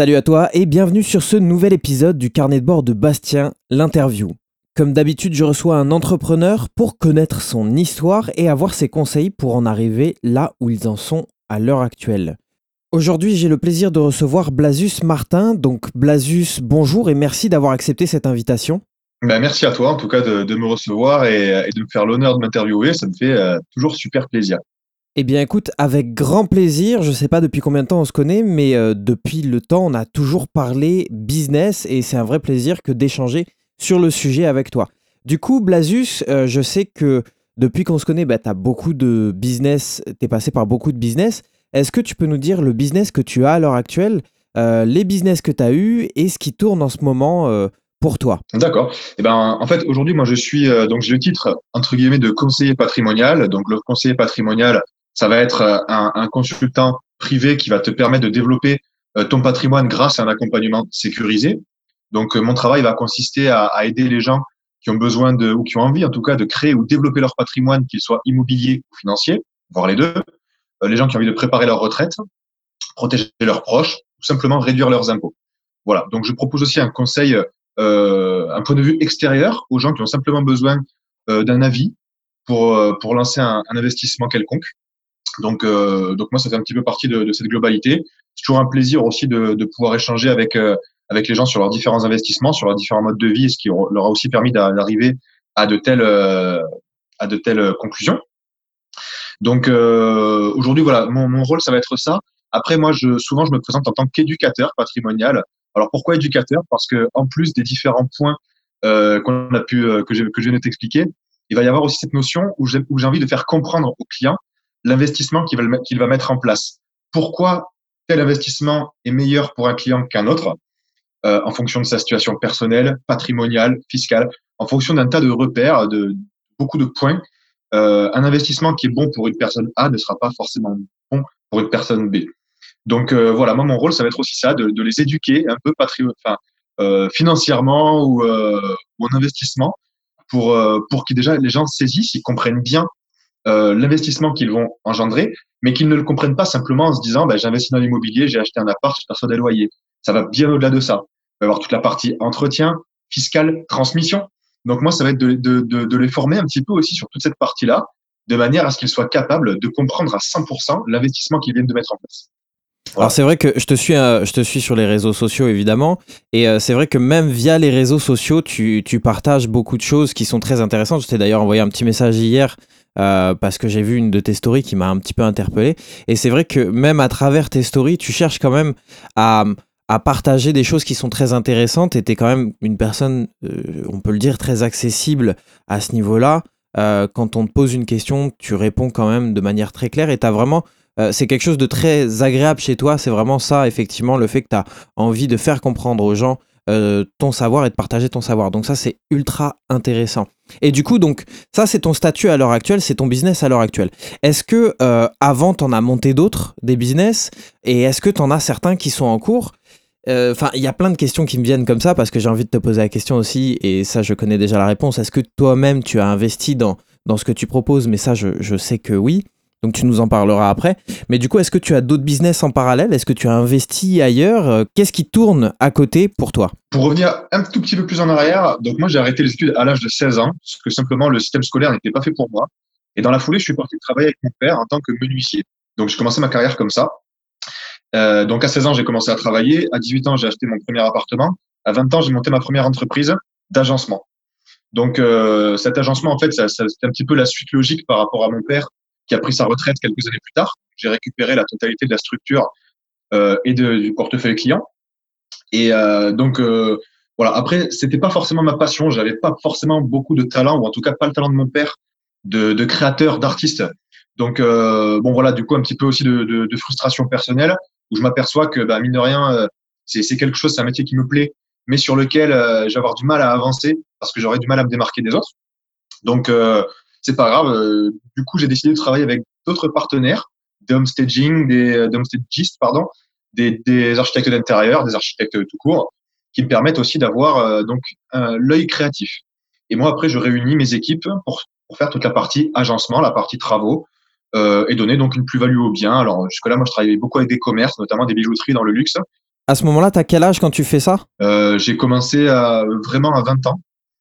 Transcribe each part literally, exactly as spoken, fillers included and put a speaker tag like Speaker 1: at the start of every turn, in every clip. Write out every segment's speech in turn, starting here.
Speaker 1: Salut à toi et bienvenue sur ce nouvel épisode du carnet de bord de Bastien, l'interview. Comme d'habitude, je reçois un entrepreneur pour connaître son histoire et avoir ses conseils pour en arriver là où ils en sont à l'heure actuelle. Aujourd'hui, j'ai le plaisir de recevoir Blasius Martin. Donc Blasius, bonjour et merci d'avoir accepté cette invitation.
Speaker 2: Ben, merci à toi, en tout cas, de, de me recevoir et, et de me faire l'honneur de m'interviewer. Ça me fait euh, toujours super plaisir.
Speaker 1: Eh bien écoute, avec grand plaisir, je ne sais pas depuis combien de temps on se connaît, mais euh, depuis le temps, on a toujours parlé business et c'est un vrai plaisir que d'échanger sur le sujet avec toi. Du coup, Blasius, euh, je sais que depuis qu'on se connaît, bah, tu as beaucoup de business, tu es passé par beaucoup de business. Est-ce que tu peux nous dire le business que tu as à l'heure actuelle, euh, les business que tu as eus et ce qui tourne en ce moment euh, pour toi?
Speaker 2: D'accord. Et ben, en fait, aujourd'hui, moi, je suis, euh, donc, j'ai le titre, entre guillemets, de conseiller patrimonial. Donc, le conseiller patrimonial, ça va être euh, un, un consultant privé qui va te permettre de développer euh, ton patrimoine grâce à un accompagnement sécurisé. Donc, euh, mon travail va consister à, à aider les gens qui ont besoin de, ou qui ont envie, en tout cas, de créer ou développer leur patrimoine, qu'il soit immobilier ou financier, voire les deux. Euh, les gens qui ont envie de préparer leur retraite, protéger leurs proches, ou simplement réduire leurs impôts. Voilà. Donc, je propose aussi un conseil, euh, un point de vue extérieur aux gens qui ont simplement besoin euh, d'un avis pour, euh, pour lancer un, un investissement quelconque. Donc, euh, donc moi, ça fait un petit peu partie de, de cette globalité. C'est toujours un plaisir aussi de, de pouvoir échanger avec, euh, avec les gens sur leurs différents investissements, sur leurs différents modes de vie, ce qui leur a aussi permis d'arriver à de telles, euh, à de telles conclusions. Donc euh, aujourd'hui, voilà, mon, mon rôle, ça va être ça. Après, moi, je, souvent, je me présente en tant qu'éducateur patrimonial. Alors pourquoi éducateur? Parce que en plus des différents points euh, qu'on a pu, euh, que je, que je viens de t'expliquer, il va y avoir aussi cette notion où j'ai, où j'ai envie de faire comprendre au client l'investissement qu'il va, le- qu'il va mettre en place. Pourquoi tel investissement est meilleur pour un client qu'un autre, euh, en fonction de sa situation personnelle, patrimoniale, fiscale, en fonction d'un tas de repères, de beaucoup de points. Euh, un investissement qui est bon pour une personne A ne sera pas forcément bon pour une personne B. Donc euh, voilà, moi mon rôle, ça va être aussi ça, de, de les éduquer un peu patri enfin, euh, financièrement ou, euh, ou en investissement pour, euh, pour que déjà les gens saisissent, ils comprennent bien euh, l'investissement qu'ils vont engendrer, mais qu'ils ne le comprennent pas simplement en se disant bah, j'investis dans l'immobilier, j'ai acheté un appart, je perçois des loyers. Ça va bien au-delà de ça. Il va y avoir toute la partie entretien, fiscal, transmission. Donc moi, ça va être de, de, de, de les former un petit peu aussi sur toute cette partie-là, de manière à ce qu'ils soient capables de comprendre à cent pour cent l'investissement qu'ils viennent de mettre en place.
Speaker 1: Alors
Speaker 2: Voilà.
Speaker 1: c'est vrai que je te suis, euh, je te suis sur les réseaux sociaux évidemment, et euh, c'est vrai que même via les réseaux sociaux, tu, tu partages beaucoup de choses qui sont très intéressantes. Je t'ai d'ailleurs envoyé un petit message hier euh, parce que j'ai vu une de tes stories qui m'a un petit peu interpellé. Et c'est vrai que même à travers tes stories, tu cherches quand même à, à partager des choses qui sont très intéressantes, et tu es quand même une personne, euh, on peut le dire, très accessible à ce niveau-là. Euh, quand on te pose une question, tu réponds quand même de manière très claire, et tu as vraiment euh, c'est quelque chose de très agréable chez toi. C'est vraiment ça, effectivement, le fait que tu as envie de faire comprendre aux gens euh, ton savoir et de partager ton savoir. Donc ça, c'est ultra intéressant. Et du coup, donc ça, c'est ton statut à l'heure actuelle, c'est ton business à l'heure actuelle. Est-ce que euh, avant, t'en as monté d'autres, des business, et est-ce que t'en as certains qui sont en cours? Enfin, il y a plein de questions qui me viennent comme ça parce que j'ai envie de te poser la question aussi, et ça, je connais déjà la réponse. Est-ce que toi-même, tu as investi dans, dans ce que tu proposes? Mais ça, je, je sais que oui. Donc, tu nous en parleras après. Mais du coup, est-ce que tu as d'autres business en parallèle? Est-ce que tu as investi ailleurs? Euh, Qu'est-ce qui tourne à côté pour toi?
Speaker 2: Pour revenir un tout petit peu plus en arrière, donc moi j'ai arrêté les études à l'âge de seize ans, parce que simplement le système scolaire n'était pas fait pour moi. Et dans la foulée, je suis parti travailler avec mon père en tant que menuisier. Donc j'ai commencé ma carrière comme ça. Euh, donc à seize ans, j'ai commencé à travailler. À dix-huit ans, j'ai acheté mon premier appartement. À vingt ans, j'ai monté ma première entreprise d'agencement. Donc euh, cet agencement, en fait, ça, ça, c'était un petit peu la suite logique par rapport à mon père qui a pris sa retraite quelques années plus tard. J'ai récupéré la totalité de la structure euh, et de, du portefeuille client. Et euh, donc euh, voilà. Après, c'était pas forcément ma passion. J'avais pas forcément beaucoup de talent, ou en tout cas pas le talent de mon père, de, de créateur, d'artiste. Donc euh, bon voilà, du coup un petit peu aussi de, de, de frustration personnelle où je m'aperçois que bah, mine de rien, euh, c'est c'est quelque chose, c'est un métier qui me plaît, mais sur lequel euh, je vais avoir du mal à avancer parce que j'aurais du mal à me démarquer des autres. Donc euh, c'est pas grave. Euh, du coup, j'ai décidé de travailler avec d'autres partenaires, des homestaging, des, des homestagistes, pardon, des, des architectes d'intérieur, des architectes tout court, qui me permettent aussi d'avoir euh, donc un- l'œil créatif. Et moi, après, je réunis mes équipes pour, pour faire toute la partie agencement, la partie travaux, euh, et donner donc une plus-value au bien. Alors jusque-là, moi, je travaillais beaucoup avec des commerces, notamment des bijouteries dans le luxe.
Speaker 1: À ce moment-là, t'as quel âge quand tu fais ça?
Speaker 2: Euh, j'ai commencé à, vraiment à vingt ans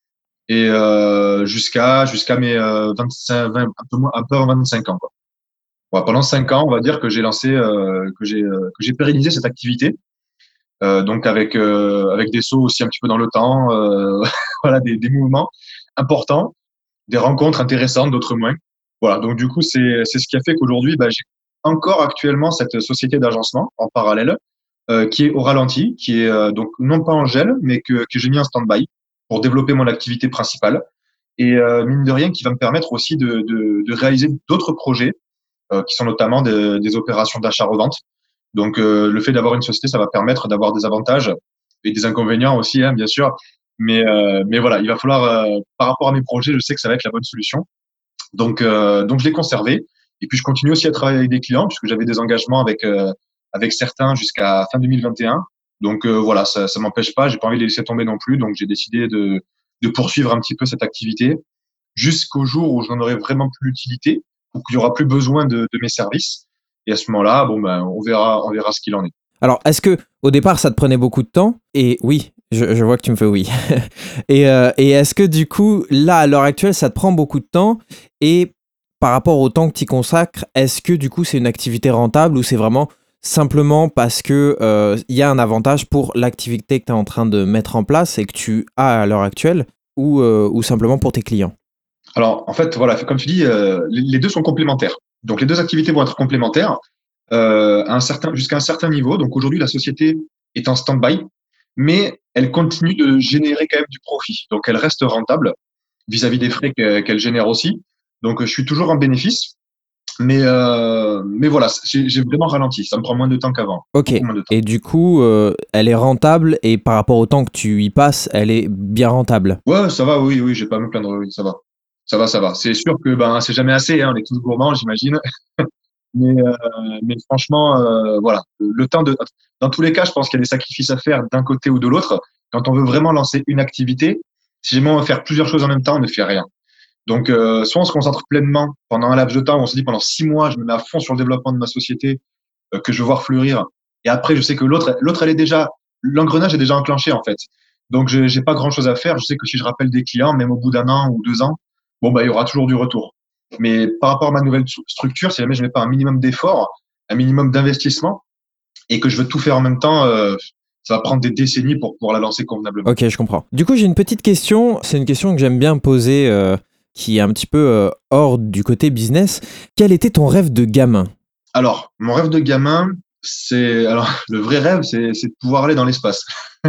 Speaker 2: et euh, jusqu'à jusqu'à mes euh, vingt-cinq, vingt, un peu moins, un peu avant vingt-cinq ans, quoi. Ouais, pendant cinq ans, on va dire que j'ai lancé, euh, que j'ai euh, que j'ai pérennisé cette activité. Euh, donc avec euh, avec des sauts aussi un petit peu dans le temps, euh, voilà, des, des mouvements importants, des rencontres intéressantes, d'autres moins. Voilà, donc du coup, c'est c'est ce qui a fait qu'aujourd'hui, bah, j'ai encore actuellement cette société d'agencement en parallèle, euh, qui est au ralenti, qui est euh, donc non pas en gel, mais que, que j'ai mis en stand-by pour développer mon activité principale. Et euh, mine de rien, qui va me permettre aussi de, de, de réaliser d'autres projets, euh, qui sont notamment des, des opérations d'achat-revente. Donc, euh, le fait d'avoir une société, ça va permettre d'avoir des avantages et des inconvénients aussi, hein, bien sûr. Mais, euh, mais voilà, il va falloir, euh, par rapport à mes projets, je sais que ça va être la bonne solution. Donc, euh, donc je l'ai conservé. Et puis, je continue aussi à travailler avec des clients puisque j'avais des engagements avec, euh, avec certains jusqu'à fin deux mille vingt et un. Donc, euh, voilà, ça, ça m'empêche pas. J'ai pas envie de les laisser tomber non plus. Donc, j'ai décidé de, de poursuivre un petit peu cette activité jusqu'au jour où je n'en aurai vraiment plus l'utilité, ou qu'il y aura plus besoin de, de mes services. Et à ce moment-là, bon, ben, on verra, on verra ce qu'il en est.
Speaker 1: Alors, est-ce que au départ, ça te prenait beaucoup de temps? Et oui, je, je vois que tu me fais oui. et euh, et est-ce que du coup, là, à l'heure actuelle, ça te prend beaucoup de temps? Et par rapport au temps que tu y consacres, est-ce que du coup, c'est une activité rentable ou c'est vraiment simplement parce que euh, il y a un avantage pour l'activité que tu es en train de mettre en place et que tu as à l'heure actuelle ou, euh, ou simplement pour tes clients?
Speaker 2: Alors, en fait, voilà, comme tu dis, euh, les les deux sont complémentaires. Donc, les deux activités vont être complémentaires euh, à un certain, jusqu'à un certain niveau. Donc, aujourd'hui, la société est en stand-by, mais elle continue de générer quand même du profit. Donc, elle reste rentable vis-à-vis des frais que- qu'elle génère aussi. Donc, je suis toujours en bénéfice. Mais, euh, mais voilà, j'ai j'ai vraiment ralenti. Ça me prend moins de temps qu'avant.
Speaker 1: Ok.
Speaker 2: Beaucoup moins de temps.
Speaker 1: Et du coup, euh, elle est rentable et par rapport au temps que tu y passes, elle est bien rentable.
Speaker 2: Ouais, ça va, oui, oui, j'ai pas à me plaindre, oui, ça va. Ça va, ça va. C'est sûr que ben c'est jamais assez, hein, on est tous gourmands, j'imagine. Mais, euh, mais franchement, euh, voilà, le temps de. Dans tous les cas, je pense qu'il y a des sacrifices à faire d'un côté ou de l'autre. Quand on veut vraiment lancer une activité, si jamais on veut faire plusieurs choses en même temps, on ne fait rien. Donc, euh, soit on se concentre pleinement pendant un laps de temps, où on se dit pendant six mois, je me mets à fond sur le développement de ma société, euh, que je veux voir fleurir. Et après, je sais que l'autre, l'autre, elle est déjà, l'engrenage est déjà enclenché en fait. Donc, je j'ai pas grand chose à faire. Je sais que si je rappelle des clients, même au bout d'un an ou deux ans, bon bah il y aura toujours du retour. Mais par rapport à ma nouvelle stru- structure, si jamais je mets pas un minimum d'efforts, un minimum d'investissement, et que je veux tout faire en même temps, euh, ça va prendre des décennies pour pouvoir la lancer convenablement.
Speaker 1: Ok, je comprends. Du coup, j'ai une petite question. C'est une question que j'aime bien poser, euh, qui est un petit peu euh, hors du côté business. Quel était ton rêve de gamin?
Speaker 2: Alors, mon rêve de gamin, c'est alors le vrai rêve, c'est c'est de pouvoir aller dans l'espace.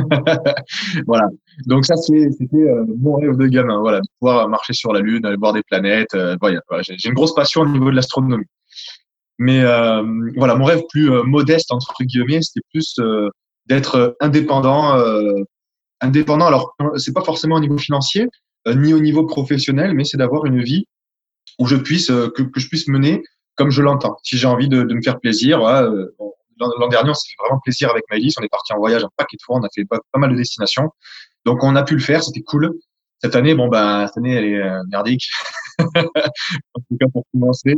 Speaker 2: Voilà. Donc ça, c'est- c'était euh, mon rêve de gamin. Voilà, de pouvoir marcher sur la Lune, aller voir des planètes. Euh, voilà, voilà, j'ai j'ai une grosse passion au niveau de l'astronomie. Mais euh, voilà, mon rêve plus euh, modeste entre guillemets, c'était plus euh, d'être euh, indépendant. Euh, indépendant. Alors, euh, c'est pas forcément au niveau financier, euh, ni au niveau professionnel, mais c'est d'avoir une vie où je puisse euh, que, que je puisse mener comme je l'entends. Si j'ai envie de, de me faire plaisir, voilà, euh, bon, l'an l'an dernier, on s'est fait vraiment plaisir avec Maëlys. On est parti en voyage un paquet de fois, on a fait pas, pas mal de destinations. Donc, on a pu le faire, c'était cool. Cette année, bon, ben, cette année, elle est euh, merdique, en tout cas pour commencer.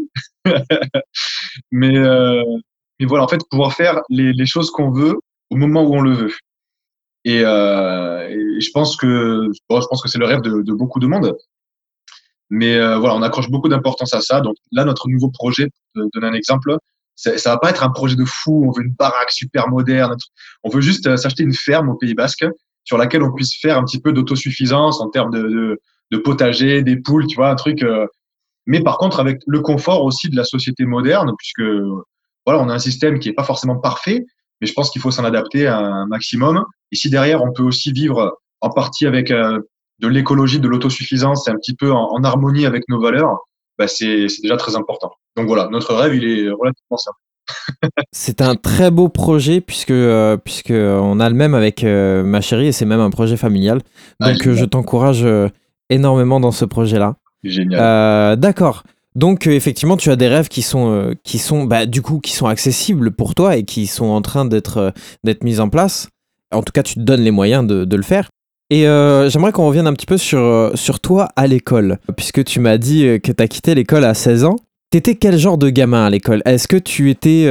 Speaker 2: Mais, euh, mais voilà, en fait, pouvoir faire les, les choses qu'on veut au moment où on le veut. Et, euh, et je pense que, bon, je pense que c'est le rêve de, de beaucoup de monde. Mais euh, voilà, on accroche beaucoup d'importance à ça. Donc là, notre nouveau projet, pour te donner un exemple, c'est- ça va pas être un projet de fou. On veut une baraque super moderne. On veut juste euh, s'acheter une ferme au Pays Basque sur laquelle on puisse faire un petit peu d'autosuffisance en termes de, de, de potager, des poules, tu vois, un truc. Euh, mais par contre, avec le confort aussi de la société moderne, puisque voilà, on a un système qui est pas forcément parfait, mais je pense qu'il faut s'en adapter à un maximum. Et si derrière, on peut aussi vivre en partie avec euh, de l'écologie, de l'autosuffisance, c'est un petit peu en, en harmonie avec nos valeurs, bah c'est c'est déjà très important. Donc voilà, notre rêve, il est relativement simple.
Speaker 1: C'est un très beau projet puisque, euh, puisque euh, on a le même avec euh, ma chérie et c'est même un projet familial.
Speaker 2: Ah,
Speaker 1: Donc euh, je
Speaker 2: génial.
Speaker 1: t'encourage euh, énormément dans ce projet-là.
Speaker 2: Génial.
Speaker 1: Euh, d'accord. Donc euh, effectivement, tu as des rêves qui sont, euh, qui sont bah, du coup, qui sont accessibles pour toi et qui sont en train d'être euh, d'être mis en place. En tout cas, tu te donnes les moyens de, de le faire. Et euh, j'aimerais qu'on revienne un petit peu sur, euh, sur toi à l'école, puisque tu m'as dit euh, que tu as quitté l'école à seize ans. T'étais quel genre de gamin à l'école? Est-ce que tu étais euh,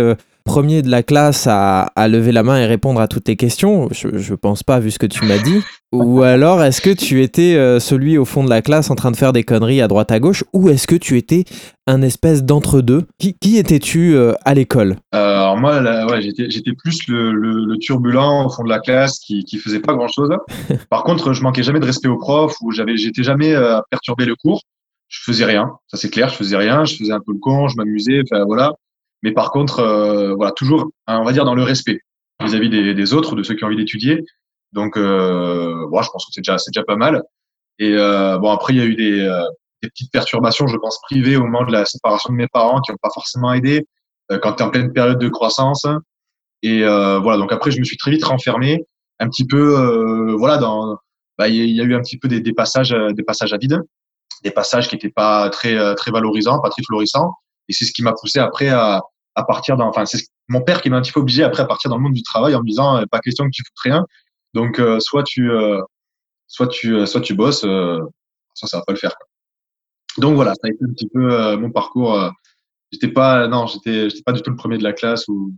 Speaker 1: premier de la classe à, à lever la main et répondre à toutes tes questions? Je, je pense pas, vu ce que tu m'as dit. Ou alors, est-ce que tu étais euh, celui au fond de la classe en train de faire des conneries à droite à gauche? Ou est-ce que tu étais un espèce d'entre-deux? Qui, qui étais-tu euh, à l'école?
Speaker 2: Euh, alors moi, là, ouais, j'étais, j'étais plus le, le, le turbulent au fond de la classe qui, qui faisait pas grand-chose. Par contre, je manquais jamais de respect aux profs ou j'avais, j'étais jamais euh, à perturber le cours. Je faisais rien, ça c'est clair, je faisais rien. Je faisais un peu le con, je m'amusais, enfin voilà. Mais par contre, euh, voilà, toujours, hein, on va dire dans le respect vis-à-vis des, des autres, de ceux qui ont envie d'étudier. Donc, euh, bon, je pense que c'est déjà, c'est déjà pas mal. Et euh, bon, après, il y a eu des, euh, des petites perturbations, je pense, privées au moment de la séparation de mes parents qui n'ont pas forcément aidé euh, quand tu es en pleine période de croissance. Et euh, voilà, donc après, je me suis très vite renfermé, un petit peu, euh, voilà, dans, bah, il y, y a eu un petit peu des, des passages, euh, des passages à vide, des passages qui n'étaient pas très, euh, très valorisants, pas très florissants. Et c'est ce qui m'a poussé après à, à partir dans, enfin, c'est ce- mon père qui m'a un petit peu obligé après à partir dans le monde du travail en me disant, euh, pas question que tu foutes rien. Donc, euh, soit tu, euh, soit tu, euh, soit tu bosses, euh, ça, ça va pas le faire, quoi. Donc voilà, ça a été un petit peu euh, mon parcours. euh, J'étais pas, non, j'étais, j'étais pas du tout le premier de la classe ou.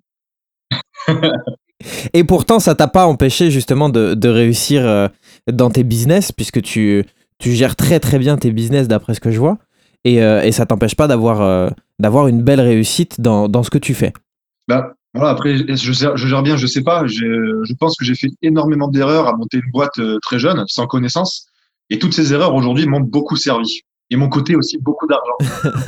Speaker 1: Et pourtant, ça t'a pas empêché justement de, de réussir euh, dans tes business, puisque tu, tu gères très très bien tes business d'après ce que je vois. Et, euh, et ça t'empêche pas d'avoir euh, d'avoir une belle réussite dans, dans ce que tu fais.
Speaker 2: Bah, voilà, après, je, gère- je gère bien, je sais pas. J'ai- Je pense que j'ai fait énormément d'erreurs à monter une boîte euh, très jeune, sans connaissance. Et toutes ces erreurs aujourd'hui m'ont beaucoup servi. Et m'ont coûté aussi beaucoup d'argent.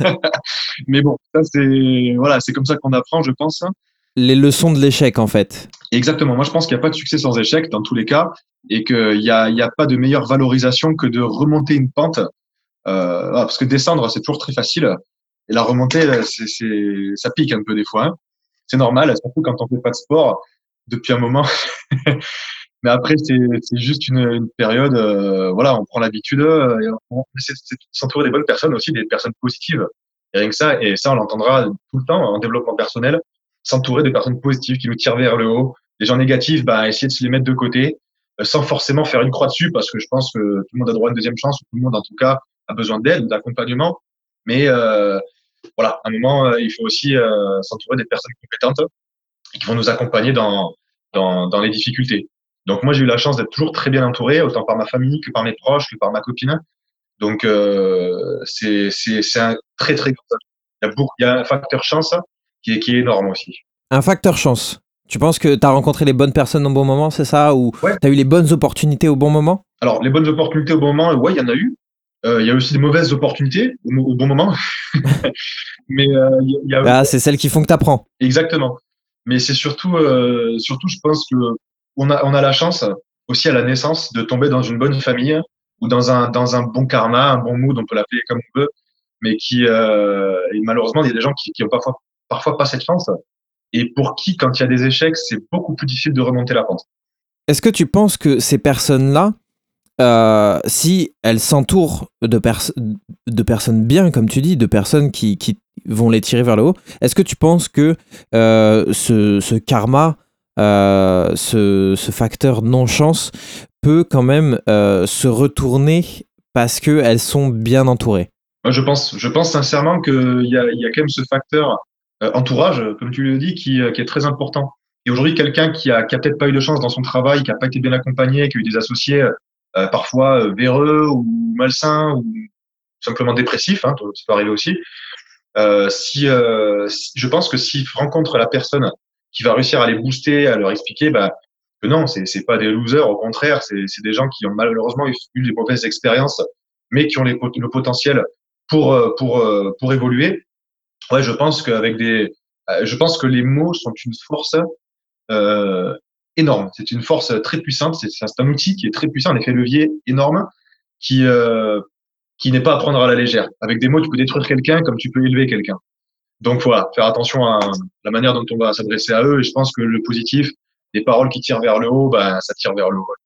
Speaker 2: Mais bon, ça c'est, voilà, c'est comme ça qu'on apprend, je pense.
Speaker 1: Les leçons de l'échec, en fait.
Speaker 2: Exactement. Moi, je pense qu'il n'y a pas de succès sans échec dans tous les cas et qu'il y a, il y a pas de meilleure valorisation que de remonter une pente. Euh, voilà, parce que descendre, c'est toujours très facile. Et la remontée, là, c'est, c'est, ça pique un peu des fois, hein. C'est normal, surtout quand on fait pas de sport depuis un moment. Mais après, c'est, c'est juste une, une période, euh, voilà, on prend l'habitude, euh, et on essaie de s'entourer des bonnes personnes aussi, des personnes positives. Et rien que ça, et ça, on l'entendra tout le temps en développement personnel, s'entourer de personnes positives qui nous tirent vers le haut. Les gens négatifs, bah, essayer de se les mettre de côté, euh, sans forcément faire une croix dessus, parce que je pense que tout le monde a droit à une deuxième chance, ou tout le monde, en tout cas, a besoin d'aide, d'accompagnement. Mais euh, voilà, à un moment, euh, il faut aussi euh, s'entourer des personnes compétentes et qui vont nous accompagner dans, dans, dans les difficultés. Donc moi, j'ai eu la chance d'être toujours très bien entouré, autant par ma famille que par mes proches, que par ma copine. Donc euh, c'est c'est c'est un très très gros atout. Il y a beaucoup, il y a un facteur chance qui est qui est énorme aussi.
Speaker 1: Un facteur chance. Tu penses que t'as rencontré les bonnes personnes au bon moment, c'est ça? Ou
Speaker 2: Ouais.
Speaker 1: t'as eu les bonnes opportunités au bon moment?
Speaker 2: Alors les bonnes opportunités au bon moment, ouais, il y en a eu. Euh, il y a aussi des mauvaises opportunités au, mo- au bon moment, mais euh, il y a, il y a
Speaker 1: Ah, c'est celles qui font que t'apprends.
Speaker 2: exactement. Mais c'est surtout, euh, surtout, je pense que on a, on a la chance aussi à la naissance de tomber dans une bonne famille ou dans un, dans un bon karma, un bon mood, on peut l'appeler comme on veut, mais qui, euh, et malheureusement, il y a des gens qui, qui ont parfois, parfois pas cette chance et pour qui, quand il y a des échecs, c'est beaucoup plus difficile de remonter la pente.
Speaker 1: Est-ce que tu penses que ces personnes-là, euh, si elles s'entourent de, pers- de personnes bien, comme tu dis, de personnes qui, qui vont les tirer vers le haut, est-ce que tu penses que euh, ce, ce karma, euh, ce, ce facteur non-chance peut quand même euh, se retourner parce qu'elles sont bien entourées?
Speaker 2: Moi, je pense, je pense sincèrement qu'il y a, il y a quand même ce facteur euh, entourage, comme tu le dis, qui, euh, qui est très important. Et aujourd'hui, quelqu'un qui a, qui a peut-être pas eu de chance dans son travail, qui a pas été bien accompagné, qui a eu des associés euh, parfois euh, véreux ou malsains ou simplement dépressifs, hein, ça peut arriver aussi. Euh, si, euh, si- je pense que s'ils rencontrent la personne qui va réussir à les booster, à leur expliquer, bah, que non, c'est c'est pas des losers, au contraire, c'est c'est des gens qui ont malheureusement eu eu des mauvaises expériences, mais qui ont les, pot- le potentiel pour euh, pour euh, pour évoluer. Ouais, je pense qu'avec des, euh, je pense que les mots sont une force euh, énorme. C'est une force très puissante. C'est c'est un outil qui est très puissant, un effet levier énorme qui euh, qui n'est pas à prendre à la légère. Avec des mots, tu peux détruire quelqu'un comme tu peux élever quelqu'un. Donc voilà, faire attention à la manière dont on va s'adresser à eux. Et je pense que le positif, des paroles qui tirent vers le haut, ben ça tire vers le haut.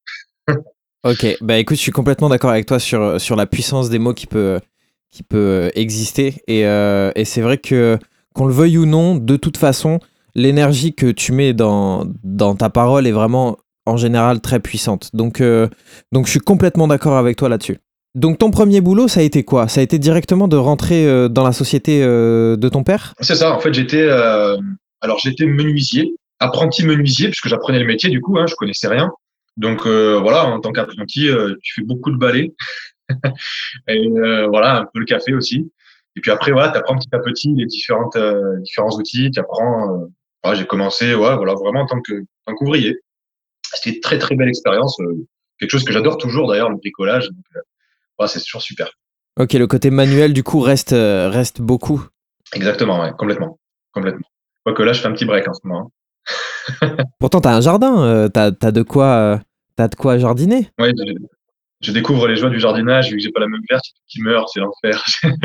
Speaker 1: Ok, bah écoute, je suis complètement d'accord avec toi sur, sur la puissance des mots qui peut, qui peut exister. Et, euh, et c'est vrai que, qu'on le veuille ou non, de toute façon, l'énergie que tu mets dans, dans ta parole est vraiment, en général, très puissante. Donc, euh, donc je suis complètement d'accord avec toi là-dessus. Donc ton premier boulot, ça a été quoi? Ça a été directement de rentrer euh, dans la société euh, de ton père?
Speaker 2: C'est ça. En fait, j'étais, euh, Alors, j'étais menuisier, apprenti menuisier, puisque j'apprenais le métier, du coup, hein, je connaissais rien. Donc, euh, voilà, en tant qu'apprenti, euh, tu fais beaucoup de balais. Et euh, voilà, un peu le café aussi. Et puis après, voilà, tu apprends petit à petit les différentes, euh, différents outils. Tu apprends. Euh, voilà, j'ai commencé, ouais, voilà, vraiment en tant que, en tant qu'ouvrier. C'était une très très belle expérience. Euh, quelque chose que j'adore toujours d'ailleurs, le bricolage. Donc, euh, voilà, c'est toujours super.
Speaker 1: Ok, le côté manuel, du coup, reste, euh, reste beaucoup.
Speaker 2: Exactement, ouais, complètement, complètement. Quoique là, je fais un petit break en ce moment.
Speaker 1: Pourtant, t'as un jardin, euh, t'as, t'as de quoi, euh, t'as de quoi jardiner.
Speaker 2: Hein. Ouais, je, je découvre les joies du jardinage vu que j'ai pas la même verte, il y a tout qui meurt, c'est l'enfer.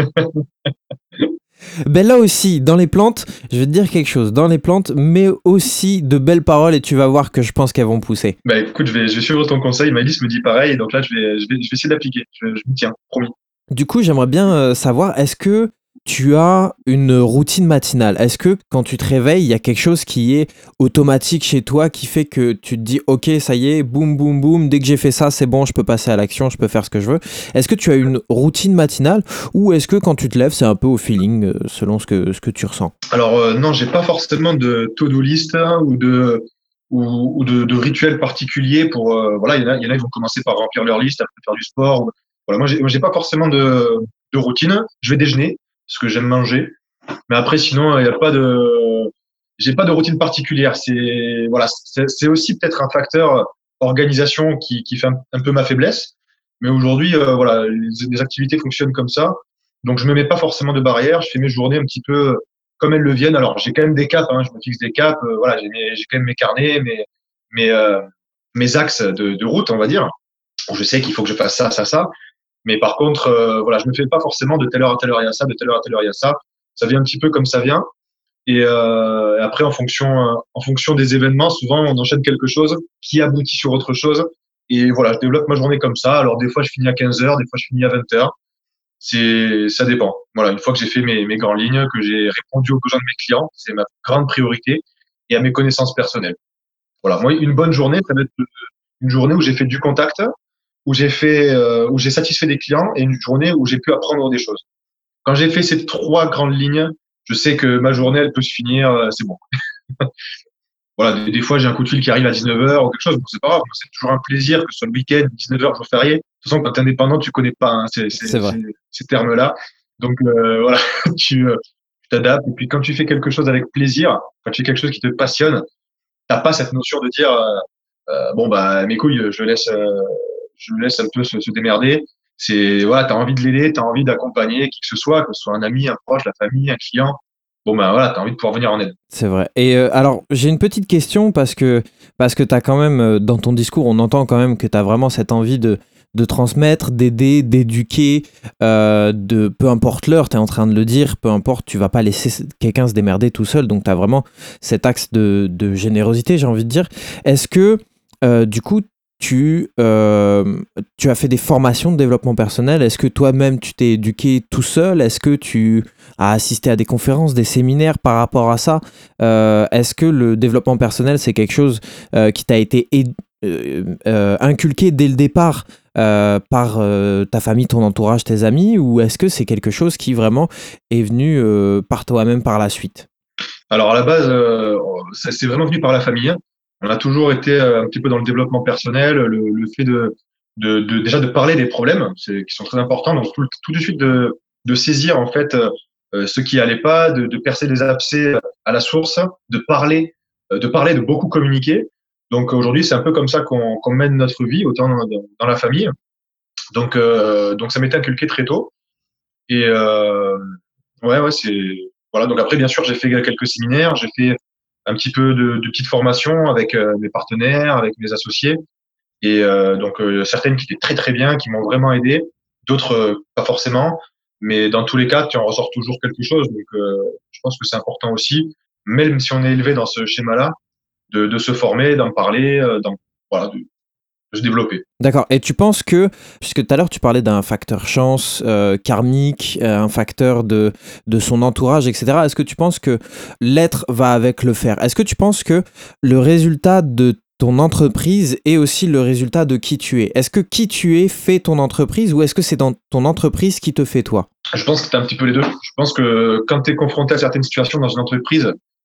Speaker 1: Ben là aussi, dans les plantes, je vais te dire quelque chose. Dans les plantes, mais aussi de belles paroles et tu vas voir que je pense qu'elles vont pousser.
Speaker 2: Bah écoute, je vais, je vais suivre ton conseil. Maëlys me dit pareil, donc là, je vais, je vais, je vais essayer d'appliquer. Je, je me tiens, promis.
Speaker 1: Du coup, j'aimerais bien euh, savoir, est-ce que tu as une routine matinale? Est-ce que quand tu te réveilles, il y a quelque chose qui est automatique chez toi qui fait que tu te dis, ok, ça y est, boum, boum, boum, dès que j'ai fait ça, c'est bon, je peux passer à l'action, je peux faire ce que je veux. Est-ce que tu as une routine matinale ou est-ce que quand tu te lèves, c'est un peu au feeling, euh, selon ce que, ce que tu ressens?
Speaker 2: Alors euh, non, j'ai pas forcément de to-do list hein, ou de ou, ou de, de rituel particulier pour euh, voilà, il y en a, il y en a, ils vont commencer par remplir leur liste, après faire du sport. Ou- voilà, moi j'ai moi, j'ai pas forcément de, de routine. Je vais déjeuner parce que j'aime manger, mais après sinon il y a pas de j'ai pas de routine particulière. C'est voilà, c'est c'est aussi peut-être un facteur organisation qui qui fait un, un peu ma faiblesse. Mais aujourd'hui euh, voilà, les, les activités fonctionnent comme ça. Donc je me mets pas forcément de barrière, je fais mes journées un petit peu comme elles le viennent. Alors j'ai quand même des caps, hein, je me fixe des caps. Euh, voilà, j'ai, mes- j'ai quand même mes carnets, mes mes euh, mes axes de, de route, on va dire. Où je sais qu'il faut que je fasse ça, ça, ça. Mais par contre, euh, voilà, je me fais pas forcément de telle heure à telle heure il y a ça, de telle heure à telle heure il y a ça. Ça vient un petit peu comme ça vient. Et euh, après, en fonction euh, en fonction des événements, souvent on enchaîne quelque chose qui aboutit sur autre chose. Et voilà, je développe ma journée comme ça. Alors des fois, je finis à quinze heures, des fois, je finis à vingt heures. C'est, ça dépend. Voilà, une fois que j'ai fait mes, mes grandes lignes, que j'ai répondu aux besoins de mes clients, c'est ma grande priorité, et à mes connaissances personnelles. Voilà, moi, une bonne journée, ça va être une journée où j'ai fait du contact, où j'ai fait, euh, où j'ai satisfait des clients, et une journée où j'ai pu apprendre des choses. Quand j'ai fait ces trois grandes lignes, je sais que ma journée, elle peut se finir, euh, c'est bon. Voilà, des, des fois, j'ai un coup de fil qui arrive à dix-neuf heures ou quelque chose, bon, c'est pas grave, c'est toujours un plaisir, que ce soit le week-end, dix-neuf heures, jour férié. De toute façon, quand t'es indépendant, tu connais pas hein, ces, ces,
Speaker 1: C'est vrai.
Speaker 2: ces, ces termes-là. Donc, euh, voilà, tu euh, tu t'adaptes. Et puis, quand tu fais quelque chose avec plaisir, quand tu fais quelque chose qui te passionne, t'as pas cette notion de dire, euh, euh, bon, bah, mes couilles, je laisse, euh, je laisse un peu se, se démerder. C'est, voilà, t'as envie de l'aider, t'as envie d'accompagner qui que ce soit, que ce soit un ami, un proche, la famille, un client. Bon, bah, voilà, t'as envie de pouvoir venir en aide.
Speaker 1: C'est vrai. Et euh, alors, j'ai une petite question parce que, parce que tu as quand même, euh, dans ton discours, on entend quand même que tu as vraiment cette envie de, de transmettre, d'aider, d'éduquer, euh, de peu importe l'heure, tu es en train de le dire, peu importe, tu vas pas laisser quelqu'un se démerder tout seul, donc tu as vraiment cet axe de, de générosité, j'ai envie de dire. Est-ce que, euh, du coup, tu, euh, tu as fait des formations de développement personnel? Est-ce que toi-même, tu t'es éduqué tout seul? Est-ce que tu as assisté à des conférences, des séminaires par rapport à ça? Euh, est-ce que le développement personnel, c'est quelque chose euh, qui t'a été é- euh, euh, inculqué dès le départ euh, par euh, ta famille, ton entourage, tes amis, ou est-ce que c'est quelque chose qui vraiment est venu euh, par toi-même par la suite?
Speaker 2: Alors à la base, euh, ça c'est vraiment venu par la famille. On a toujours été euh, un petit peu dans le développement personnel, le, le fait de, de, de déjà de parler des problèmes, c'est qui sont très importants. Donc tout, tout de suite de, de saisir en fait euh, ce qui allait pas, de, de percer les abcès à la source, de parler, euh, de parler, de beaucoup communiquer. Donc aujourd'hui, c'est un peu comme ça qu'on qu'on mène notre vie, autant dans, dans la famille. Donc euh, donc ça m'était inculqué très tôt. Et euh, ouais, ouais, c'est voilà. Donc après, bien sûr, j'ai fait quelques séminaires, j'ai fait un petit peu de, de petites formations avec euh, mes partenaires, avec mes associés, et euh, donc euh, certaines qui étaient très très bien, qui m'ont vraiment aidé, d'autres euh, pas forcément, mais dans tous les cas, tu en ressors toujours quelque chose. Donc euh, je pense que c'est important aussi, même si on est élevé dans ce schéma-là, de, de se former, d'en parler, euh, d'en voilà, de, de se développer.
Speaker 1: D'accord. Et tu penses que, puisque tout à l'heure tu parlais d'un facteur chance, euh, karmique, euh, un facteur de, de son entourage, et cetera. Est-ce que tu penses que l'être va avec le faire? Est-ce que tu penses que le résultat de ton entreprise est aussi le résultat de qui tu es? Est-ce que qui tu es fait ton entreprise ou est-ce que c'est dans ton entreprise qui te fait toi?
Speaker 2: Je pense que c'est un petit peu les deux. Je pense que quand tu es confronté à certaines situations dans une entreprise,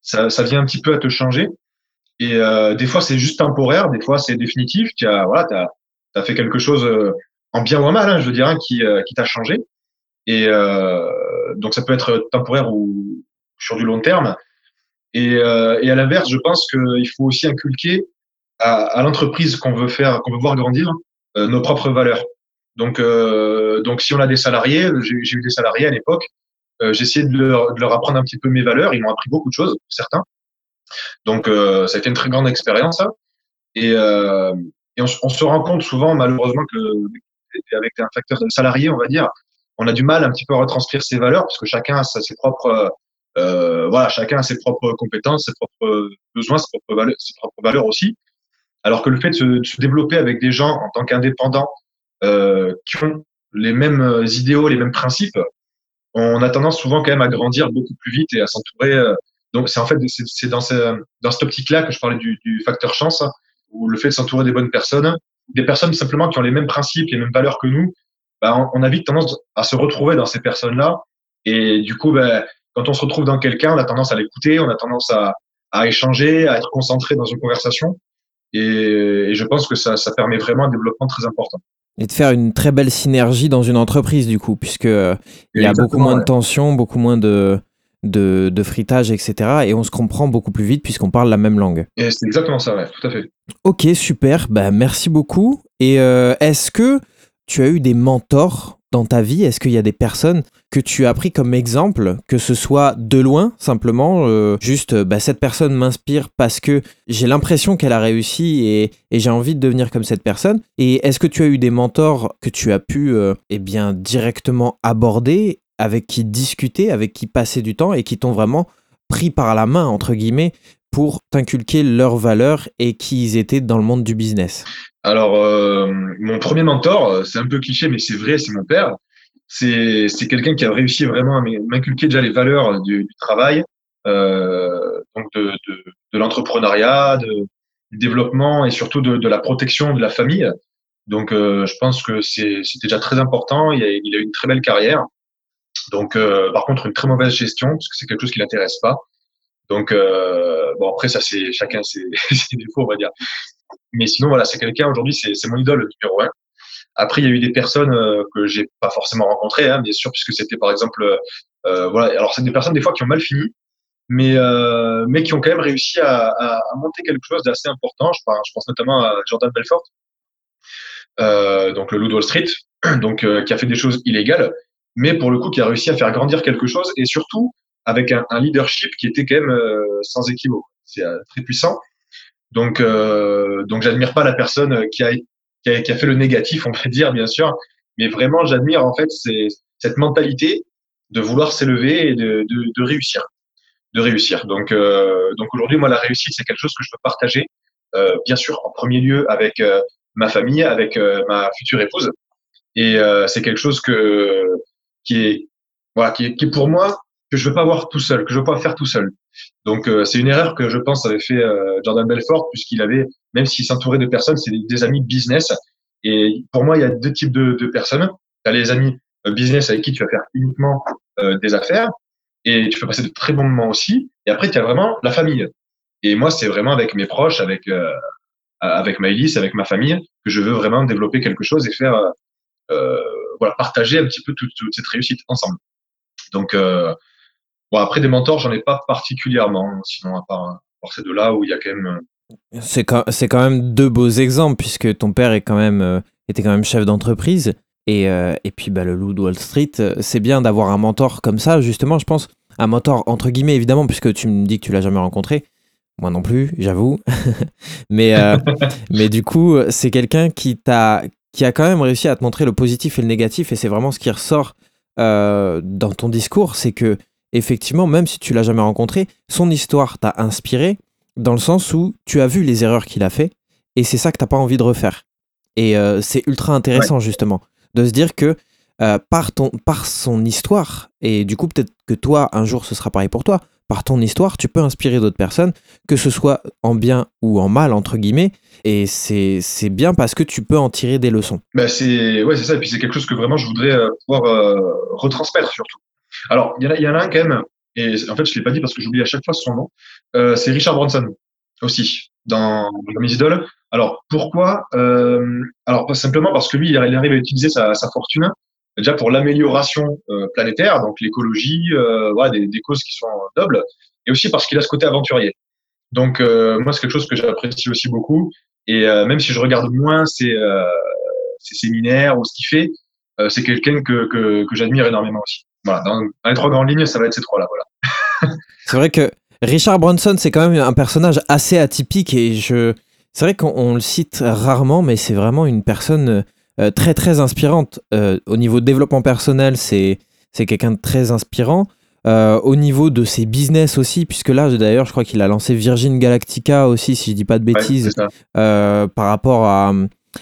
Speaker 2: ça, ça vient un petit peu à te changer. Et euh, des fois, c'est juste temporaire, des fois, c'est définitif. Tu as, voilà, t'as, t'as fait quelque chose euh, en bien ou en mal, hein, je veux dire, hein, qui, euh, qui t'a changé. Et euh, donc, ça peut être temporaire ou sur du long terme. Et, euh, et à l'inverse, je pense qu'il faut aussi inculquer à, à l'entreprise qu'on veut faire, qu'on veut voir grandir, euh, nos propres valeurs. Donc, euh, donc, si on a des salariés, j'ai, j'ai eu des salariés à l'époque, euh, j'ai essayé de leur, de leur apprendre un petit peu mes valeurs. Ils m'ont appris beaucoup de choses, certains. Donc, euh, ça a été une très grande expérience. Ça. Et, euh, et on, on se rend compte souvent, malheureusement, que avec un facteur salarié, on va dire, on a du mal un petit peu à retranscrire ses valeurs parce que chacun a ses propres, euh, voilà, chacun a ses propres compétences, ses propres besoins, ses propres valeurs, ses propres valeurs aussi. Alors que le fait de se, de se développer avec des gens en tant qu'indépendants euh, qui ont les mêmes idéaux, les mêmes principes, on a tendance souvent quand même à grandir beaucoup plus vite et à s'entourer. Euh, donc c'est en fait c'est, c'est dans, ce, dans cette optique-là que je parlais du, du facteur chance, où le fait de s'entourer des bonnes personnes, des personnes simplement qui ont les mêmes principes, les mêmes valeurs que nous, bah, on, on a vite tendance à se retrouver dans ces personnes-là. Et du coup, bah, quand on se retrouve dans quelqu'un, on a tendance à l'écouter, on a tendance à, à échanger, à être concentré dans une conversation. Et, et je pense que ça, ça permet vraiment un développement très important.
Speaker 1: Et de faire une très belle synergie dans une entreprise, du coup, puisque euh, il y a beaucoup moins
Speaker 2: ouais.
Speaker 1: de tension, beaucoup moins de, de, de fritage, et cetera. Et on se comprend beaucoup plus vite puisqu'on parle la même langue.
Speaker 2: Et c'est exactement ça, ouais, tout à fait.
Speaker 1: Ok, super. Bah, merci beaucoup. Et euh, est-ce que tu as eu des mentors dans ta vie? Est-ce qu'il y a des personnes que tu as pris comme exemple, que ce soit de loin, simplement, euh, juste, bah, cette personne m'inspire parce que j'ai l'impression qu'elle a réussi et, et j'ai envie de devenir comme cette personne? Et est-ce que tu as eu des mentors que tu as pu euh, eh bien, directement aborder, avec qui discuter, avec qui passer du temps et qui t'ont vraiment pris par la main, entre guillemets, pour t'inculquer leurs valeurs et qui ils étaient dans le monde du business?
Speaker 2: Alors, euh, mon premier mentor, c'est un peu cliché, mais c'est vrai, c'est mon père. C'est, c'est quelqu'un qui a réussi vraiment à m'inculquer déjà les valeurs du, du travail, euh, donc de, de, de l'entrepreneuriat, de, du développement et surtout de, de la protection de la famille. Donc, euh, je pense que c'est, c'était déjà très important. Il a, il a eu une très belle carrière. Donc, euh, par contre, une très mauvaise gestion, parce que c'est quelque chose qui l'intéresse pas. Donc, euh, bon, après, ça, c'est chacun ses, ses défauts, on va dire. Mais sinon, voilà, c'est quelqu'un aujourd'hui, c'est, c'est mon idole numéro un. Après, il y a eu des personnes euh, que j'ai pas forcément rencontrées, hein, bien sûr, puisque c'était par exemple, euh, voilà. Alors, c'est des personnes des fois qui ont mal fini, mais euh, mais qui ont quand même réussi à, à, à monter quelque chose d'assez important. Je pense, je pense notamment à Jordan Belfort, euh, donc le loup de Wall Street, donc euh, qui a fait des choses illégales, mais pour le coup, qui a réussi à faire grandir quelque chose et surtout avec un, un leadership qui était quand même euh, sans équivoque. C'est euh, très puissant. Donc, euh, donc j'admire pas la personne qui a, qui a, qui a fait le négatif, on va dire, bien sûr, mais vraiment, j'admire en fait c'est, cette mentalité de vouloir s'élever et de, de, de réussir, de réussir. Donc, euh, donc aujourd'hui, moi, la réussite, c'est quelque chose que je peux partager, euh, bien sûr, en premier lieu avec euh, ma famille, avec euh, ma future épouse, et euh, c'est quelque chose que qui est voilà, qui est, qui est pour moi que je veux pas voir tout seul, que je veux pas faire tout seul. Donc euh, c'est une erreur que je pense avait fait euh, Jordan Belfort puisqu'il avait, même s'il s'entourait de personnes, c'est des, des amis business. Et pour moi, il y a deux types de, de personnes. Tu as les amis euh, business avec qui tu vas faire uniquement euh, des affaires et tu peux passer de très bons moments aussi. Et après, tu as vraiment la famille. Et moi, c'est vraiment avec mes proches, avec euh, avec Maëlys, avec ma famille, que je veux vraiment développer quelque chose et faire euh, voilà partager un petit peu toute, toute cette réussite ensemble. Donc euh, bon, après, des mentors, j'en ai pas particulièrement, sinon, à part, à part ces deux-là, où il y a quand même.
Speaker 1: C'est quand, c'est quand même deux beaux exemples, puisque ton père est quand même, euh, était quand même chef d'entreprise. Et, euh, et puis, bah, le loup de Wall Street, euh, c'est bien d'avoir un mentor comme ça, justement, je pense. Un mentor, entre guillemets, évidemment, puisque tu me dis que tu l'as jamais rencontré. Moi non plus, j'avoue. mais, euh, mais du coup, c'est quelqu'un qui, t'a, qui a quand même réussi à te montrer le positif et le négatif. Et c'est vraiment ce qui ressort euh, dans ton discours. C'est que, effectivement, même si tu l'as jamais rencontré, son histoire t'a inspiré dans le sens où tu as vu les erreurs qu'il a fait et c'est ça que t'as pas envie de refaire. Et euh, c'est ultra intéressant, ouais, justement, de se dire que euh, par, ton, par son histoire, et du coup peut-être que toi, un jour, ce sera pareil pour toi, par ton histoire, tu peux inspirer d'autres personnes, que ce soit en bien ou en mal, entre guillemets, et c'est, c'est bien parce que tu peux en tirer des leçons.
Speaker 2: Bah c'est, ouais, c'est ça, et puis c'est quelque chose que vraiment je voudrais euh, pouvoir euh, retransmettre surtout. Alors, il y, en a, il y en a un quand même et en fait, je l'ai pas dit parce que j'oublie à chaque fois son nom. Euh, c'est Richard Branson aussi dans, dans mes idoles. Alors pourquoi euh, Alors pas simplement parce que lui, il arrive à utiliser sa, sa fortune déjà pour l'amélioration euh, planétaire, donc l'écologie, euh, voilà, des, des causes qui sont nobles, et aussi parce qu'il a ce côté aventurier. Donc euh, moi, c'est quelque chose que j'apprécie aussi beaucoup. Et euh, même si je regarde moins ses, euh, ses séminaires ou ce qu'il fait, euh, c'est quelqu'un que, que, que j'admire énormément aussi. Voilà, dans, dans les trois grandes lignes, ça va être ces trois-là. Voilà.
Speaker 1: C'est vrai que Richard Branson, c'est quand même un personnage assez atypique et je... c'est vrai qu'on on le cite rarement, mais c'est vraiment une personne euh, très très inspirante. Euh, au niveau de développement personnel, c'est, c'est quelqu'un de très inspirant. Euh, au niveau de ses business aussi, puisque là d'ailleurs je crois qu'il a lancé Virgin Galactica aussi, si je dis pas de
Speaker 2: Ouais, c'est
Speaker 1: bêtises,
Speaker 2: ça.
Speaker 1: euh, par rapport à,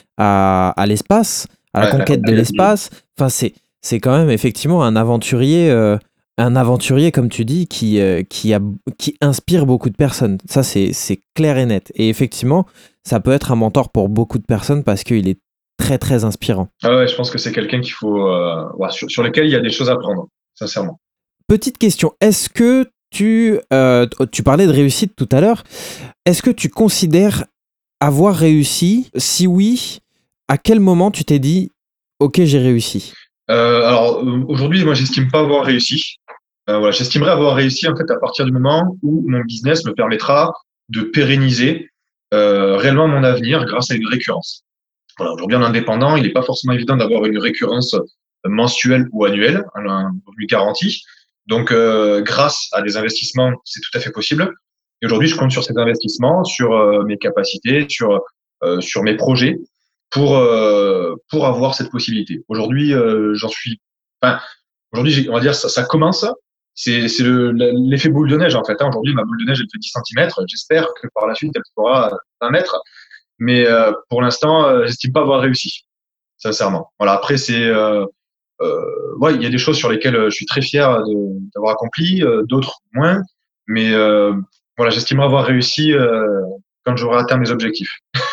Speaker 1: à, à l'espace, à la
Speaker 2: Ouais, la
Speaker 1: conquête de
Speaker 2: compagnie.
Speaker 1: l'espace. Enfin, c'est, c'est quand même effectivement un aventurier. Euh, un aventurier, comme tu dis, qui, euh, qui, a, qui inspire beaucoup de personnes. Ça, c'est, c'est clair et net. Et effectivement, ça peut être un mentor pour beaucoup de personnes parce qu'il est très, très inspirant.
Speaker 2: Ah ouais, je pense que c'est quelqu'un qu'il faut, euh, ouais, sur, sur lequel il y a des choses à prendre, sincèrement.
Speaker 1: Petite question, est-ce que tu, euh, tu parlais de réussite tout à l'heure, est-ce que tu considères avoir réussi? Si oui, à quel moment tu t'es dit, ok, j'ai réussi?
Speaker 2: Euh, alors euh, aujourd'hui, moi, j'estime pas avoir réussi. Euh, voilà, j'estimerais avoir réussi en fait à partir du moment où mon business me permettra de pérenniser euh, réellement mon avenir grâce à une récurrence. Voilà, aujourd'hui, en indépendant, il n'est pas forcément évident d'avoir une récurrence mensuelle ou annuelle, un, un revenu garanti. Donc, euh, grâce à des investissements, c'est tout à fait possible. Et aujourd'hui, je compte sur ces investissements, sur euh, mes capacités, sur euh, sur mes projets pour euh, pour avoir cette possibilité. Aujourd'hui, euh, j'en suis. Enfin, aujourd'hui, j'ai- on va dire ça, ça commence. C'est c'est le- l'effet boule de neige en fait. Hein. Aujourd'hui, ma boule de neige elle fait dix centimètres. J'espère que par la suite elle fera un mètre. Mais euh, pour l'instant, euh, j'estime pas avoir réussi, sincèrement. Voilà. Après, c'est euh, euh, ouais, il y a des choses sur lesquelles euh, je suis très fier de- d'avoir accompli, euh, d'autres moins. Mais euh, voilà, j'estime avoir réussi euh, quand j'aurai atteint mes objectifs.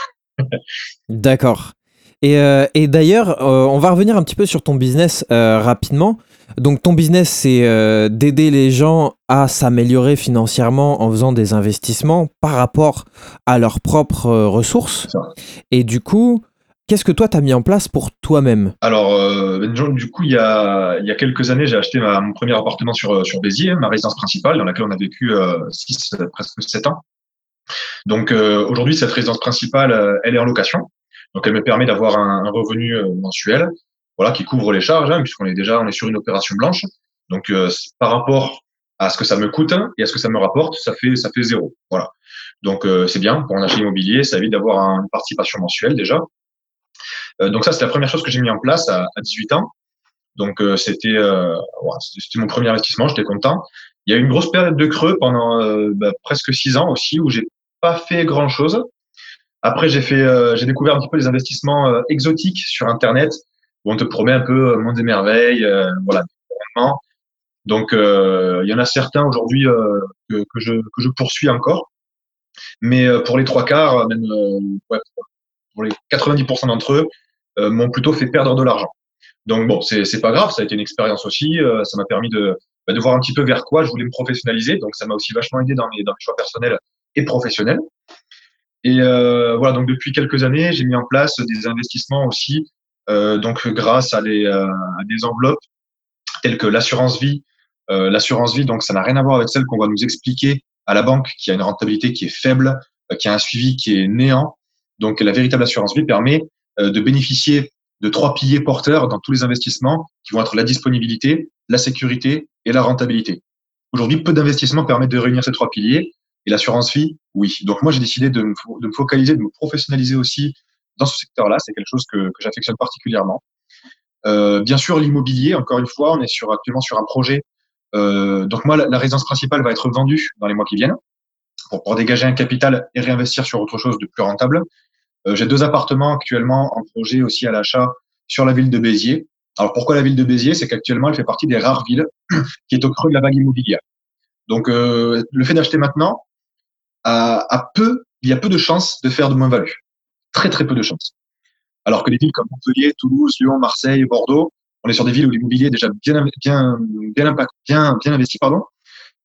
Speaker 1: D'accord. Et, euh, et d'ailleurs, euh, on va revenir un petit peu sur ton business euh, rapidement. Donc ton business, c'est euh, d'aider les gens à s'améliorer financièrement en faisant des investissements par rapport à leurs propres euh, ressources.
Speaker 2: C'est ça.
Speaker 1: Et du coup, qu'est-ce que toi, tu as mis en place pour toi-même?
Speaker 2: Alors, euh, du coup, il y a, il y a quelques années, j'ai acheté ma, mon premier appartement sur, sur Béziers, ma résidence principale, dans laquelle on a vécu euh, six, presque sept ans. Donc, euh, aujourd'hui, cette résidence principale, euh, elle est en location. Donc, elle me permet d'avoir un, un revenu euh, mensuel, voilà, qui couvre les charges, hein, puisqu'on est déjà, on est sur une opération blanche. Donc, euh, par rapport à ce que ça me coûte et à ce que ça me rapporte, ça fait, ça fait zéro. Voilà. Donc, euh, c'est bien pour un achat immobilier, ça évite d'avoir une participation mensuelle déjà. Euh, donc, ça, c'est la première chose que j'ai mis en place à, à dix-huit ans. Donc, euh, c'était, euh, voilà, c'était mon premier investissement, j'étais content. Il y a eu une grosse période de creux pendant euh, bah, presque six ans aussi où j'ai pas fait grand chose. Après, j'ai fait, euh, j'ai découvert un petit peu les investissements euh, exotiques sur Internet où on te promet un peu euh, monde des merveilles, euh, voilà. Donc, euh, il y en a certains aujourd'hui euh, que, que je que je poursuis encore, mais euh, pour les trois quarts, même euh, ouais, pour les quatre-vingt-dix pour cent d'entre eux, euh, m'ont plutôt fait perdre de l'argent. Donc bon, c'est c'est pas grave, ça a été une expérience aussi, euh, ça m'a permis de bah, de voir un petit peu vers quoi je voulais me professionnaliser, donc ça m'a aussi vachement aidé dans mes dans mes choix personnels et professionnels. Et euh, voilà, donc depuis quelques années, j'ai mis en place des investissements aussi, euh, donc grâce à des, euh, à des enveloppes telles que l'assurance vie. Euh, l'assurance vie, donc ça n'a rien à voir avec celle qu'on va nous expliquer à la banque, qui a une rentabilité qui est faible, euh, qui a un suivi qui est néant. Donc la véritable assurance vie permet euh, de bénéficier de trois piliers porteurs dans tous les investissements, qui vont être la disponibilité, la sécurité et la rentabilité. Aujourd'hui, peu d'investissements permettent de réunir ces trois piliers. Et l'assurance vie, oui. Donc moi, j'ai décidé de me, de me focaliser, de me professionnaliser aussi dans ce secteur-là. C'est quelque chose que, que j'affectionne particulièrement. Euh, bien sûr, l'immobilier, encore une fois, on est sur, actuellement sur un projet. Euh, donc moi, la, la résidence principale va être vendue dans les mois qui viennent pour pouvoir dégager un capital et réinvestir sur autre chose de plus rentable. Euh, j'ai deux appartements actuellement en projet aussi à l'achat sur la ville de Béziers. Alors pourquoi la ville de Béziers? C'est qu'actuellement, elle fait partie des rares villes qui est au creux de la vague immobilière. Donc euh, le fait d'acheter maintenant a, a peu, il y a peu de chances de faire de moins-value. Très très peu de chances. Alors que des villes comme Montpellier, Toulouse, Lyon, Marseille, Bordeaux, on est sur des villes où l'immobilier est déjà bien bien bien impact, bien bien investi, pardon.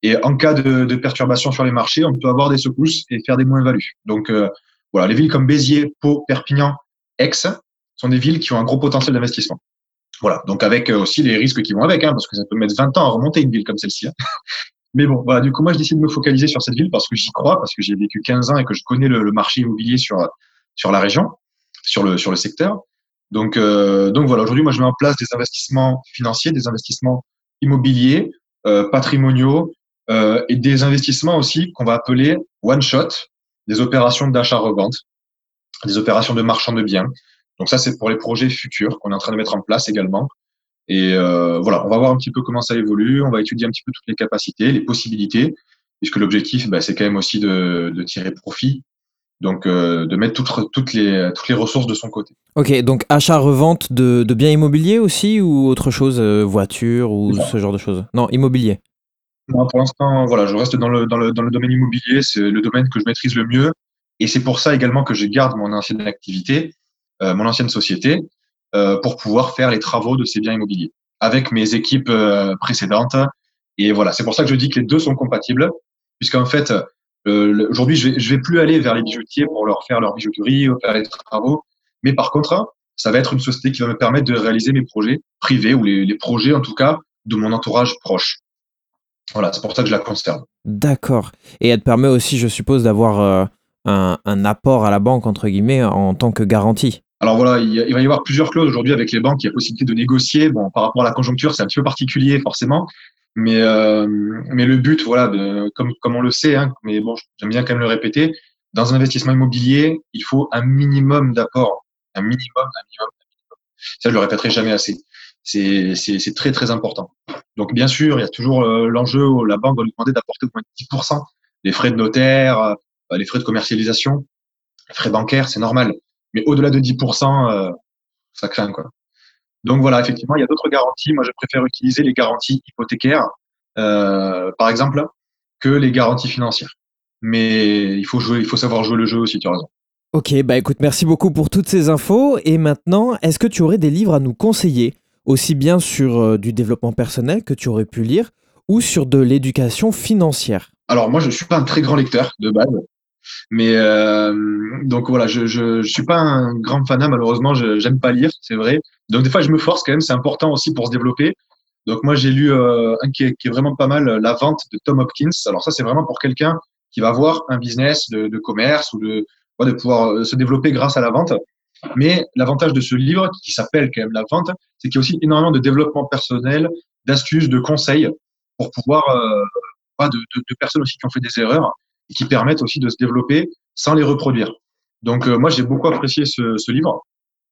Speaker 2: Et en cas de, de perturbation sur les marchés, on peut avoir des secousses et faire des moins-values. Donc euh, voilà, les villes comme Béziers, Pau, Perpignan, Aix sont des villes qui ont un gros potentiel d'investissement. Voilà, donc avec euh, aussi les risques qui vont avec, hein, parce que ça peut mettre vingt ans à remonter une ville comme celle-ci. Hein. Mais bon, voilà, du coup, moi, je décide de me focaliser sur cette ville parce que j'y crois, parce que j'ai vécu quinze ans et que je connais le, le marché immobilier sur sur la région, sur le sur le secteur. Donc euh, donc voilà, aujourd'hui, moi, je mets en place des investissements financiers, des investissements immobiliers, euh, patrimoniaux euh, et des investissements aussi qu'on va appeler one shot, des opérations d'achat-revente, des opérations de marchand de biens. Donc ça, c'est pour les projets futurs qu'on est en train de mettre en place également. Et euh, voilà, on va voir un petit peu comment ça évolue, on va étudier un petit peu toutes les capacités, les possibilités, puisque l'objectif, bah, c'est quand même aussi de, de tirer profit, donc euh, de mettre toutes, toutes, les, toutes les ressources de son côté.
Speaker 1: Ok, donc achat-revente de, de biens immobiliers aussi ou autre chose, euh, voiture ou ce genre de choses? Non, immobilier.
Speaker 2: Moi, pour l'instant, voilà, je reste dans le, dans, le, dans le domaine immobilier, c'est le domaine que je maîtrise le mieux, et c'est pour ça également que je garde mon ancienne activité, euh, mon ancienne société, euh, pour pouvoir faire les travaux de ces biens immobiliers avec mes équipes euh, précédentes. Et voilà, c'est pour ça que je dis que les deux sont compatibles, puisqu'en fait, euh, aujourd'hui, je vais, je vais plus aller vers les bijoutiers pour leur faire leur bijouterie, faire les travaux, mais par contre, ça va être une société qui va me permettre de réaliser mes projets privés ou les, les projets, en tout cas, de mon entourage proche. Voilà, c'est pour ça que je la conserve.
Speaker 1: D'accord. Et elle te permet aussi, je suppose, d'avoir euh, un, un apport à la banque, entre guillemets, en tant que garantie.
Speaker 2: Alors voilà, il, il va y avoir plusieurs clauses aujourd'hui avec les banques. Il y a possibilité de négocier. Bon, par rapport à la conjoncture, c'est un petit peu particulier forcément, mais euh, mais le but, voilà, de, comme comme on le sait, hein, mais bon, j'aime bien quand même le répéter. Dans un investissement immobilier, il faut un minimum d'apport, un minimum, un minimum. Ça, je le répéterai jamais assez. C'est c'est c'est très très important. Donc bien sûr, il y a toujours euh, l'enjeu où la banque va nous demander d'apporter au moins dix pour cent les frais de notaire, euh, les frais de commercialisation, les frais bancaires, c'est normal. Mais au-delà de dix pour cent, euh, ça craint, quoi. Donc voilà, effectivement, il y a d'autres garanties. Moi, je préfère utiliser les garanties hypothécaires, euh, par exemple, que les garanties financières. Mais il faut jouer, il faut savoir jouer le jeu aussi, tu as raison.
Speaker 1: Ok, bah écoute, merci beaucoup pour toutes ces infos. Et maintenant, est-ce que tu aurais des livres à nous conseiller, aussi bien sur euh, du développement personnel que tu aurais pu lire, ou sur de l'éducation financière?
Speaker 2: Alors moi, je suis pas un très grand lecteur de base, mais euh, donc voilà, je, je je suis pas un grand fanat malheureusement. Je j'aime pas lire, c'est vrai. Donc des fois, je me force quand même. C'est important aussi pour se développer. Donc moi, j'ai lu euh, un qui est, qui est vraiment pas mal, La Vente de Tom Hopkins. Alors ça, c'est vraiment pour quelqu'un qui va avoir un business de, de commerce ou de ouais, de pouvoir euh, se développer grâce à la vente. Mais l'avantage de ce livre, qui s'appelle quand même La Vente, c'est qu'il y a aussi énormément de développement personnel, d'astuces, de conseils pour pouvoir euh, ouais, de, de, de personnes aussi qui ont fait des erreurs et qui permettent aussi de se développer sans les reproduire. Donc euh, moi, j'ai beaucoup apprécié ce, ce livre.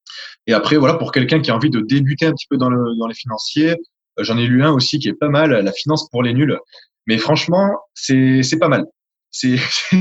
Speaker 2: Et après, voilà, pour quelqu'un qui a envie de débuter un petit peu dans, le, dans les financiers, euh, j'en ai lu un aussi qui est pas mal, La finance pour les nuls. Mais franchement, c'est c'est pas mal. C'est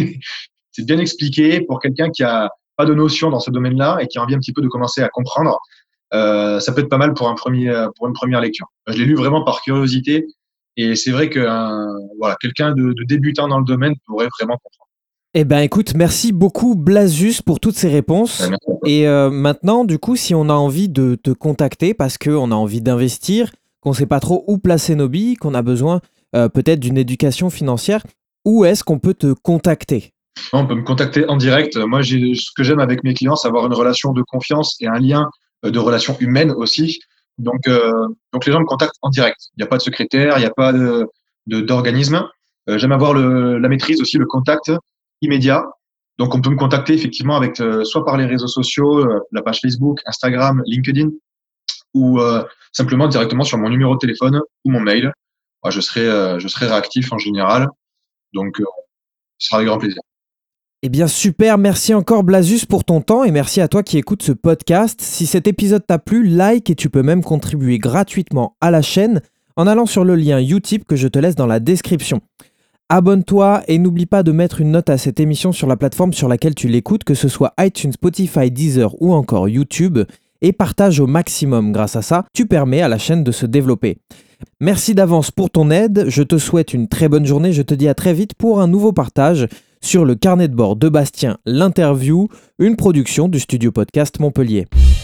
Speaker 2: c'est bien expliqué pour quelqu'un qui a pas de notion dans ce domaine-là et qui a envie un petit peu de commencer à comprendre. Euh, ça peut être pas mal pour un premier pour une première lecture. Je l'ai lu vraiment par curiosité et c'est vrai que euh, voilà, quelqu'un de, de débutant dans le domaine pourrait vraiment comprendre.
Speaker 1: Eh ben écoute, merci beaucoup Blazus pour toutes ces réponses.
Speaker 2: Ouais, merci à toi.
Speaker 1: Et euh, maintenant, du coup, si on a envie de te contacter parce qu'on a envie d'investir, qu'on ne sait pas trop où placer nos billes, qu'on a besoin euh, peut-être d'une éducation financière, où est-ce qu'on peut te contacter?
Speaker 2: On peut me contacter en direct. Moi, j'ai, ce que j'aime avec mes clients, c'est avoir une relation de confiance et un lien euh, de relation humaine aussi. Donc, euh, donc les gens me contactent en direct. Il n'y a pas de secrétaire, il n'y a pas de, de- d'organisme. Euh, j'aime avoir le, la maîtrise aussi, le contact immédiat. Donc, on peut me contacter effectivement avec euh, soit par les réseaux sociaux, euh, la page Facebook, Instagram, LinkedIn, ou euh, simplement directement sur mon numéro de téléphone ou mon mail. Moi, je serai, euh, je serai réactif en général. Donc, euh, ce sera avec grand plaisir.
Speaker 1: Eh bien super, merci encore Blazus pour ton temps et merci à toi qui écoutes ce podcast. Si cet épisode t'a plu, like et tu peux même contribuer gratuitement à la chaîne en allant sur le lien Utip que je te laisse dans la description. Abonne-toi et n'oublie pas de mettre une note à cette émission sur la plateforme sur laquelle tu l'écoutes, que ce soit iTunes, Spotify, Deezer ou encore YouTube, et partage au maximum. Grâce à ça, tu permets à la chaîne de se développer. Merci d'avance pour ton aide, je te souhaite une très bonne journée, je te dis à très vite pour un nouveau partage sur le carnet de bord de Bastien, l'interview, une production du studio podcast Montpellier.